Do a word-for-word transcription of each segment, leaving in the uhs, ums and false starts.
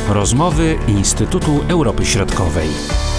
Rozmowy Instytutu Europy Środkowej.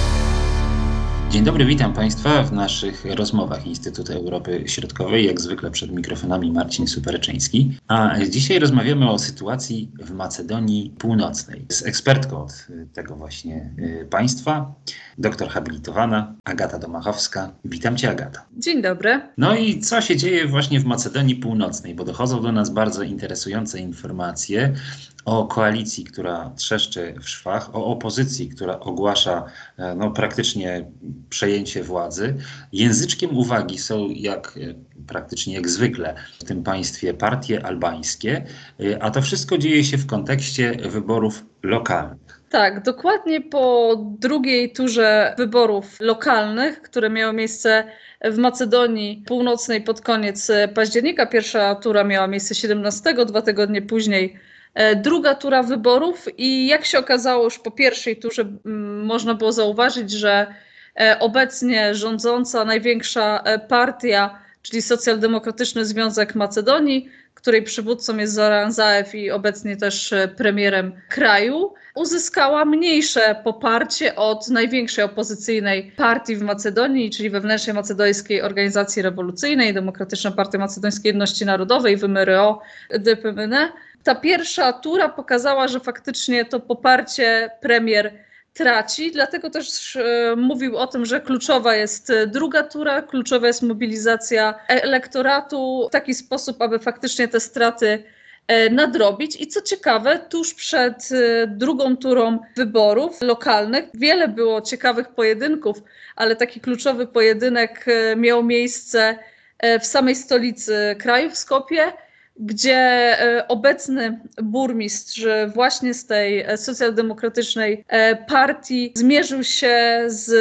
Dzień dobry, witam Państwa w naszych rozmowach Instytutu Europy Środkowej. Jak zwykle przed mikrofonami Marcin Superczyński. A dzisiaj rozmawiamy o sytuacji w Macedonii Północnej z ekspertką od tego właśnie państwa, doktor habilitowana Agata Domachowska. Witam Cię, Agata. Dzień dobry. No i co się dzieje właśnie w Macedonii Północnej? Bo dochodzą do nas bardzo interesujące informacje o koalicji, która trzeszczy w szwach, o opozycji, która ogłasza no, praktycznie przejęcie władzy. Języczkiem uwagi są jak praktycznie jak zwykle w tym państwie partie albańskie, a to wszystko dzieje się w kontekście wyborów lokalnych. Tak, dokładnie po drugiej turze wyborów lokalnych, które miały miejsce w Macedonii Północnej pod koniec października. Pierwsza tura miała miejsce siedemnastego, dwa tygodnie później druga tura wyborów i jak się okazało już po pierwszej turze m, można było zauważyć, że e, obecnie rządząca największa e, partia, czyli Socjaldemokratyczny Związek Macedonii, której przywódcą jest Zoran Zaev i obecnie też e, premierem kraju, uzyskała mniejsze poparcie od największej opozycyjnej partii w Macedonii, czyli Wewnętrznej Macedońskiej Organizacji Rewolucyjnej, Demokratyczna Partia Macedońskiej Jedności Narodowej, W M R O, D P M N. Ta pierwsza tura pokazała, że faktycznie to poparcie premier traci, dlatego też e, mówił o tym, że kluczowa jest druga tura, kluczowa jest mobilizacja elektoratu w taki sposób, aby faktycznie te straty e, nadrobić. I co ciekawe, tuż przed e, drugą turą wyborów lokalnych wiele było ciekawych pojedynków, ale taki kluczowy pojedynek e, miał miejsce e, w samej stolicy kraju, w Skopje, gdzie obecny burmistrz właśnie z tej socjaldemokratycznej partii zmierzył się z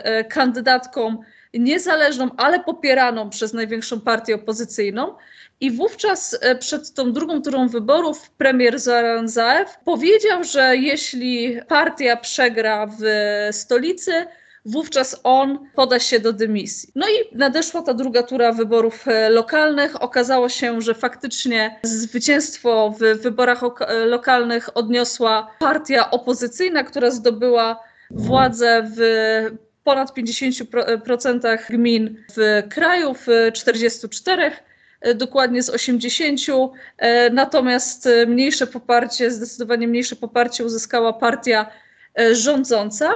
kandydatką niezależną, ale popieraną przez największą partię opozycyjną. I wówczas przed tą drugą turą wyborów premier Zoran Zaev powiedział, że jeśli partia przegra w stolicy, wówczas on poda się do dymisji. No i nadeszła ta druga tura wyborów lokalnych. Okazało się, że faktycznie zwycięstwo w wyborach lokalnych odniosła partia opozycyjna, która zdobyła władzę w ponad pięćdziesięciu procentach gmin w kraju, w czterdziestu czterech, dokładnie z osiemdziesięciu. Natomiast mniejsze poparcie, zdecydowanie mniejsze poparcie uzyskała partia rządząca.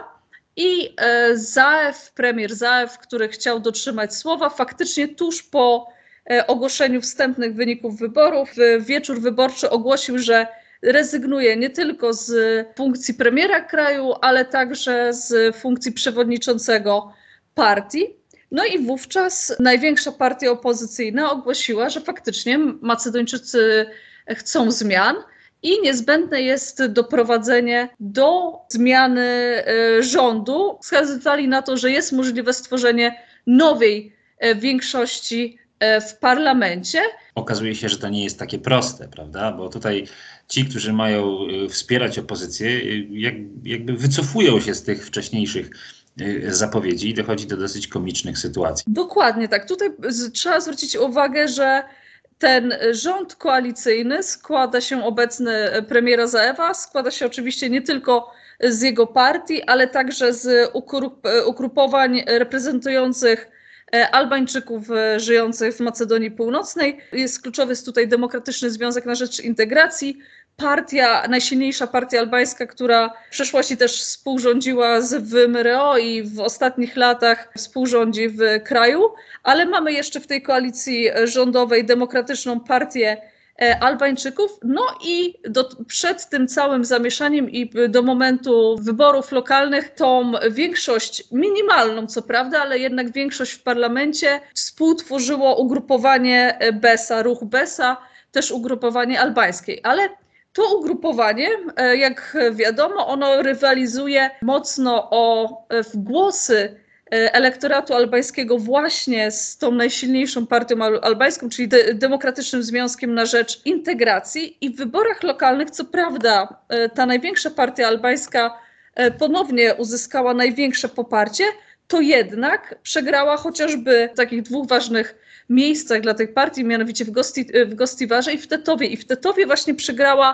I Zaev, premier Zaev, który chciał dotrzymać słowa, faktycznie tuż po ogłoszeniu wstępnych wyników wyborów, w wieczór wyborczy ogłosił, że rezygnuje nie tylko z funkcji premiera kraju, ale także z funkcji przewodniczącego partii. No i wówczas największa partia opozycyjna ogłosiła, że faktycznie Macedończycy chcą zmian. I niezbędne jest doprowadzenie do zmiany y, rządu. Wskazywali na to, że jest możliwe stworzenie nowej y, większości y, w parlamencie. Okazuje się, że to nie jest takie proste, prawda? Bo tutaj ci, którzy mają y, wspierać opozycję, y, jak, jakby wycofują się z tych wcześniejszych y, zapowiedzi i dochodzi do dosyć komicznych sytuacji. Dokładnie tak. Tutaj z, trzeba zwrócić uwagę, że ten rząd koalicyjny składa się, obecny premiera Zaeva, składa się oczywiście nie tylko z jego partii, ale także z ugrupowań reprezentujących Albańczyków żyjących w Macedonii Północnej. Jest kluczowy jest tutaj Demokratyczny Związek na Rzecz Integracji, partia, najsilniejsza partia albańska, która w przeszłości też współrządziła z W M R O i w ostatnich latach współrządzi w kraju, ale mamy jeszcze w tej koalicji rządowej Demokratyczną Partię Albańczyków. No i do, przed tym całym zamieszaniem i do momentu wyborów lokalnych tą większość, minimalną co prawda, ale jednak większość w parlamencie współtworzyło ugrupowanie Besa, ruch Besa, też ugrupowanie albańskie, ale to ugrupowanie, jak wiadomo, ono rywalizuje mocno o w głosy elektoratu albańskiego właśnie z tą najsilniejszą partią albańską, czyli de- Demokratycznym Związkiem na Rzecz Integracji. I w wyborach lokalnych, co prawda, ta największa partia albańska ponownie uzyskała największe poparcie, to jednak przegrała chociażby w takich dwóch ważnych miejscach dla tej partii, mianowicie w, Gosti, w Gostiwarze i w Tetowie. I w Tetowie właśnie przegrała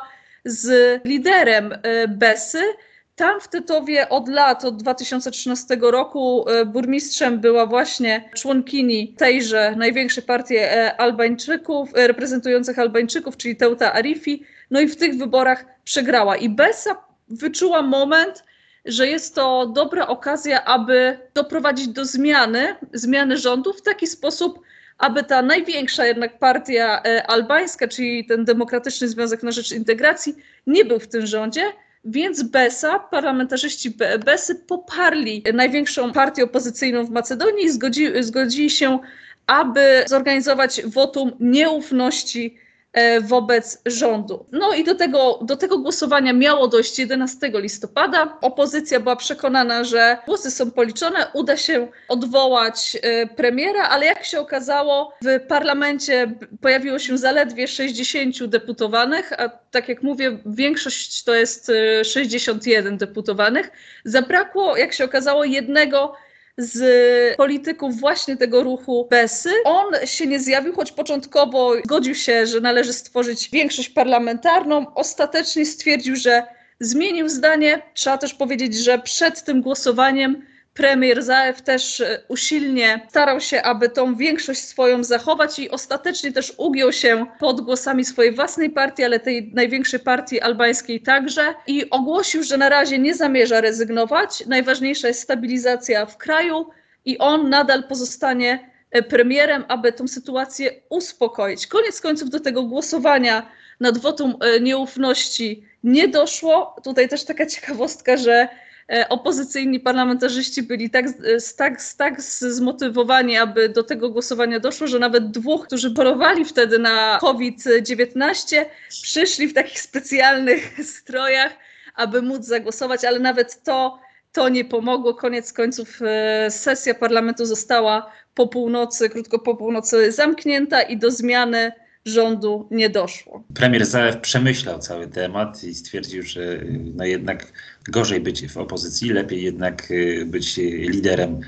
z liderem Besy. Tam w Tytowie od lat, od dwa tysiące trzynastego roku burmistrzem była właśnie członkini tejże największej partii Albańczyków, reprezentujących Albańczyków, czyli Teuta Arifi. No i w tych wyborach przegrała. I Besa wyczuła moment, że jest to dobra okazja, aby doprowadzić do zmiany, zmiany rządu w taki sposób, aby ta największa jednak partia albańska, czyli ten Demokratyczny Związek na Rzecz Integracji, nie był w tym rządzie. Więc Besa, parlamentarzyści Besy poparli największą partię opozycyjną w Macedonii i zgodzili, zgodzili się, aby zorganizować wotum nieufności wobec rządu. No i do tego, do tego głosowania miało dojść jedenastego listopada. Opozycja była przekonana, że głosy są policzone, uda się odwołać premiera, ale jak się okazało, w parlamencie pojawiło się zaledwie sześćdziesięciu deputowanych, a tak jak mówię, większość to jest sześćdziesiąt jeden deputowanych. Zabrakło, jak się okazało, jednego z polityków właśnie tego ruchu Besy. On się nie zjawił, choć początkowo zgodził się, że należy stworzyć większość parlamentarną. Ostatecznie stwierdził, że zmienił zdanie. Trzeba też powiedzieć, że przed tym głosowaniem premier Zaev też usilnie starał się, aby tą większość swoją zachować i ostatecznie też ugiął się pod głosami swojej własnej partii, ale tej największej partii albańskiej także i ogłosił, że na razie nie zamierza rezygnować. Najważniejsza jest stabilizacja w kraju i on nadal pozostanie premierem, aby tą sytuację uspokoić. Koniec końców do tego głosowania nad wotum nieufności nie doszło. Tutaj też taka ciekawostka, że opozycyjni parlamentarzyści byli tak, tak, tak zmotywowani, aby do tego głosowania doszło, że nawet dwóch, którzy chorowali wtedy na COVID dziewiętnaście, przyszli w takich specjalnych strojach, aby móc zagłosować, ale nawet to, to nie pomogło. Koniec końców sesja parlamentu została po północy, krótko po północy zamknięta i do zmiany rządu nie doszło. Premier Zaev przemyślał cały temat i stwierdził, że no jednak gorzej być w opozycji, lepiej jednak być liderem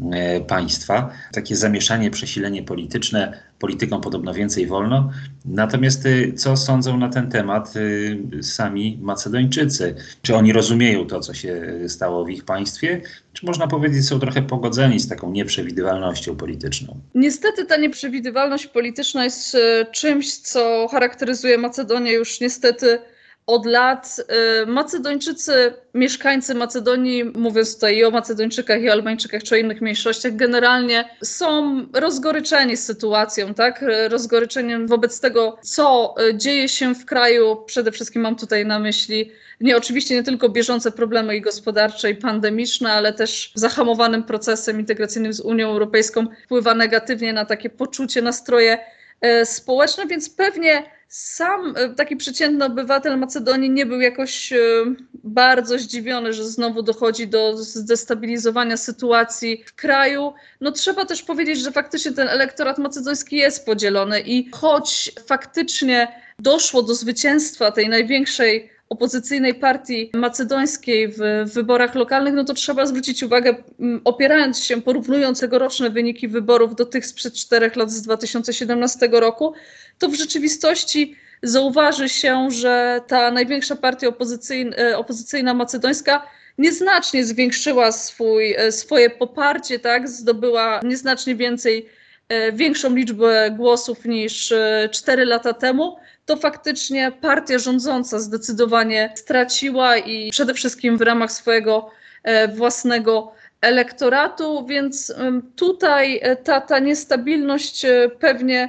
państwa. Takie zamieszanie, przesilenie polityczne, polityką podobno więcej wolno. Natomiast co sądzą na ten temat sami Macedończycy? Czy oni rozumieją to, co się stało w ich państwie? Czy można powiedzieć, są trochę pogodzeni z taką nieprzewidywalnością polityczną? Niestety ta nieprzewidywalność polityczna jest czymś, co charakteryzuje Macedonię już niestety od lat. Macedończycy, mieszkańcy Macedonii, mówiąc tutaj i o Macedończykach, i o Albańczykach, czy o innych mniejszościach, generalnie są rozgoryczeni sytuacją, tak? Rozgoryczeniem wobec tego, co dzieje się w kraju. Przede wszystkim mam tutaj na myśli nie oczywiście nie tylko bieżące problemy i gospodarcze, i pandemiczne, ale też zahamowanym procesem integracyjnym z Unią Europejską wpływa negatywnie na takie poczucie, nastroje społeczne, więc pewnie sam taki przeciętny obywatel Macedonii nie był jakoś bardzo zdziwiony, że znowu dochodzi do zdestabilizowania sytuacji w kraju. No trzeba też powiedzieć, że faktycznie ten elektorat macedoński jest podzielony i choć faktycznie doszło do zwycięstwa tej największej opozycyjnej partii macedońskiej w wyborach lokalnych, no to trzeba zwrócić uwagę, opierając się, porównując tegoroczne wyniki wyborów do tych sprzed czterech lat z dwa tysiące siedemnastego roku, to w rzeczywistości zauważy się, że ta największa partia opozycyjna, opozycyjna macedońska nieznacznie zwiększyła swój, swoje poparcie, tak, zdobyła nieznacznie więcej, większą liczbę głosów niż cztery lata temu. To faktycznie partia rządząca zdecydowanie straciła i przede wszystkim w ramach swojego własnego elektoratu, więc tutaj ta, ta niestabilność pewnie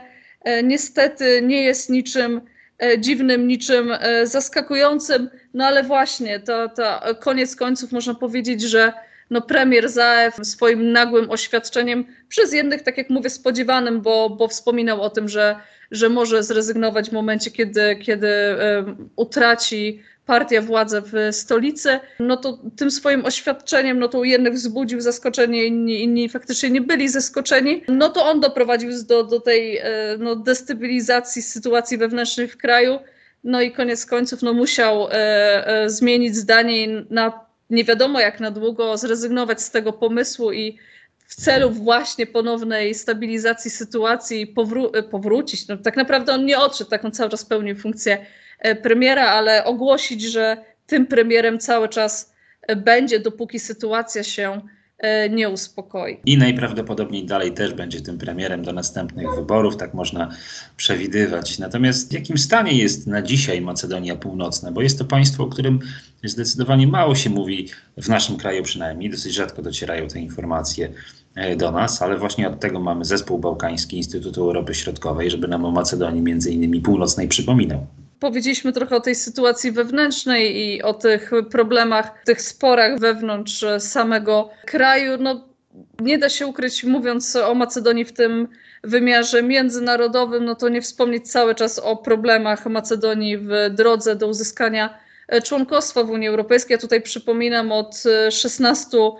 niestety nie jest niczym dziwnym, niczym zaskakującym, no ale właśnie to, to koniec końców można powiedzieć, że no premier Zaev swoim nagłym oświadczeniem, przez jednych, tak jak mówię, spodziewanym, bo, bo wspominał o tym, że, że może zrezygnować w momencie, kiedy, kiedy um, utraci partia władzę w stolicy, no to tym swoim oświadczeniem, no to u jednych wzbudził zaskoczenie, inni, inni faktycznie nie byli zaskoczeni, no to on doprowadził do, do tej no, destabilizacji sytuacji wewnętrznej w kraju, no i koniec końców no, musiał e, e, zmienić zdanie i na nie wiadomo jak na długo zrezygnować z tego pomysłu i w celu właśnie ponownej stabilizacji sytuacji powró- powrócić. No, tak naprawdę on nie odszedł, tak on cały czas pełnił funkcję premiera, ale ogłosić, że tym premierem cały czas będzie, dopóki sytuacja się nie uspokoi. I najprawdopodobniej dalej też będzie tym premierem do następnych wyborów, tak można przewidywać. Natomiast w jakim stanie jest na dzisiaj Macedonia Północna? Bo jest to państwo, o którym zdecydowanie mało się mówi, w naszym kraju przynajmniej, dosyć rzadko docierają te informacje do nas, ale właśnie od tego mamy Zespół Bałkański Instytutu Europy Środkowej, żeby nam o Macedonii między innymi Północnej przypominał. Powiedzieliśmy trochę o tej sytuacji wewnętrznej i o tych problemach, tych sporach wewnątrz samego kraju. No, nie da się ukryć, mówiąc o Macedonii w tym wymiarze międzynarodowym, no to nie wspomnieć cały czas o problemach Macedonii w drodze do uzyskania członkostwa w Unii Europejskiej. Ja tutaj przypominam, od szesnastu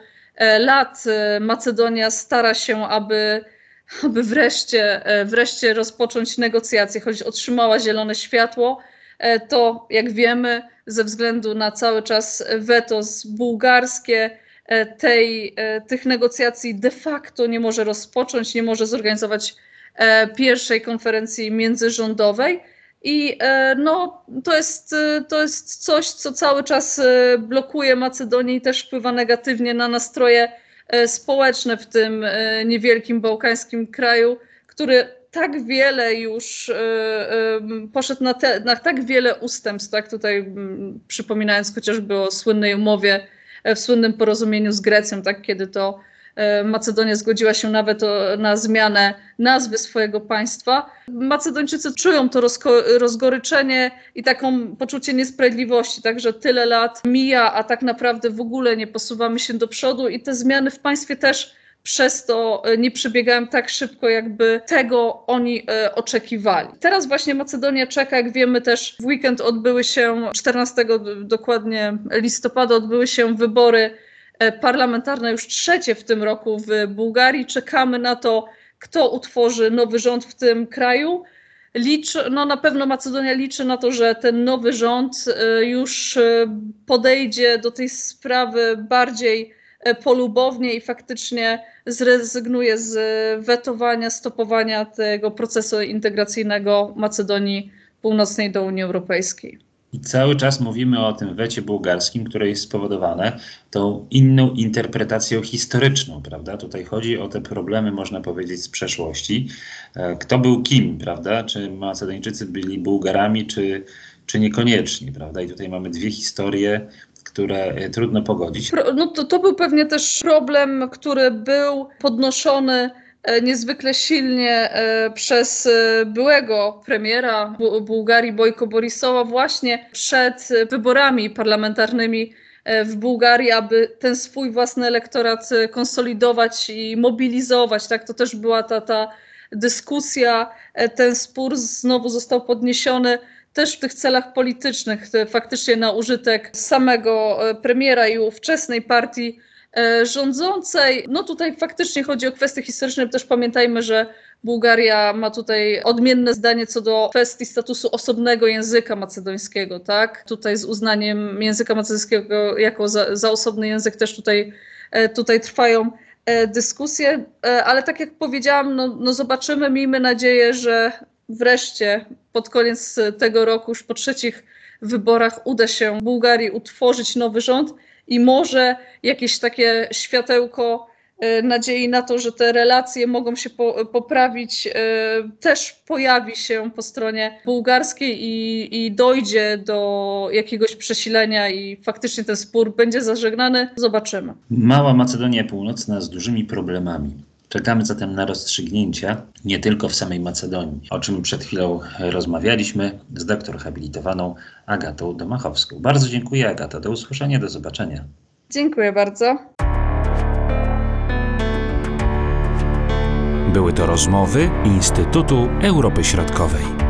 lat Macedonia stara się, aby aby wreszcie, wreszcie rozpocząć negocjacje, choć otrzymała zielone światło, to jak wiemy, ze względu na cały czas weto bułgarskie, tej, tych negocjacji de facto nie może rozpocząć, nie może zorganizować pierwszej konferencji międzyrządowej. I no, to jest, to jest coś, co cały czas blokuje Macedonię i też wpływa negatywnie na nastroje społeczne w tym niewielkim bałkańskim kraju, który tak wiele już poszedł na, te, na tak wiele ustępstw, tak tutaj przypominając chociażby o słynnej umowie, w słynnym porozumieniu z Grecją, tak, kiedy to Macedonia zgodziła się nawet na zmianę nazwy swojego państwa. Macedończycy czują to rozgoryczenie i taką poczucie niesprawiedliwości, także tyle lat mija, a tak naprawdę w ogóle nie posuwamy się do przodu i te zmiany w państwie też przez to nie przebiegają tak szybko, jakby tego oni e, oczekiwali. Teraz właśnie Macedonia czeka, jak wiemy też w weekend odbyły się, czternastego dokładnie listopada odbyły się wybory parlamentarne, już trzecie w tym roku w Bułgarii. Czekamy na to, kto utworzy nowy rząd w tym kraju. Liczy, no na pewno Macedonia liczy na to, że ten nowy rząd już podejdzie do tej sprawy bardziej polubownie i faktycznie zrezygnuje z wetowania, stopowania tego procesu integracyjnego Macedonii Północnej do Unii Europejskiej. I cały czas mówimy o tym wecie bułgarskim, które jest spowodowane tą inną interpretacją historyczną, prawda? Tutaj chodzi o te problemy, można powiedzieć, z przeszłości. Kto był kim, prawda? Czy Macedończycy byli Bułgarami, czy, czy niekoniecznie, prawda? I tutaj mamy dwie historie, które trudno pogodzić. No to, to był pewnie też problem, który był podnoszony niezwykle silnie przez byłego premiera Bułgarii Bojko Borisowa właśnie przed wyborami parlamentarnymi w Bułgarii, aby ten swój własny elektorat konsolidować i mobilizować. Tak, to też była ta, ta dyskusja, ten spór znowu został podniesiony też w tych celach politycznych, faktycznie na użytek samego premiera i ówczesnej partii rządzącej. No tutaj faktycznie chodzi o kwestie historyczne. Też pamiętajmy, że Bułgaria ma tutaj odmienne zdanie co do kwestii statusu osobnego języka macedońskiego, tak? Tutaj z uznaniem języka macedońskiego jako za, za osobny język też tutaj, tutaj trwają dyskusje, ale tak jak powiedziałam, no, no zobaczymy, miejmy nadzieję, że wreszcie pod koniec tego roku, już po trzecich wyborach uda się Bułgarii utworzyć nowy rząd i może jakieś takie światełko nadziei na to, że te relacje mogą się po, poprawić, też pojawi się po stronie bułgarskiej i, i dojdzie do jakiegoś przesilenia i faktycznie ten spór będzie zażegnany. Zobaczymy. Mała Macedonia Północna z dużymi problemami. Czekamy zatem na rozstrzygnięcia nie tylko w samej Macedonii, o czym przed chwilą rozmawialiśmy z doktor habilitowaną Agatą Domachowską. Bardzo dziękuję, Agata. Do usłyszenia, do zobaczenia. Dziękuję bardzo. Były to rozmowy Instytutu Europy Środkowej.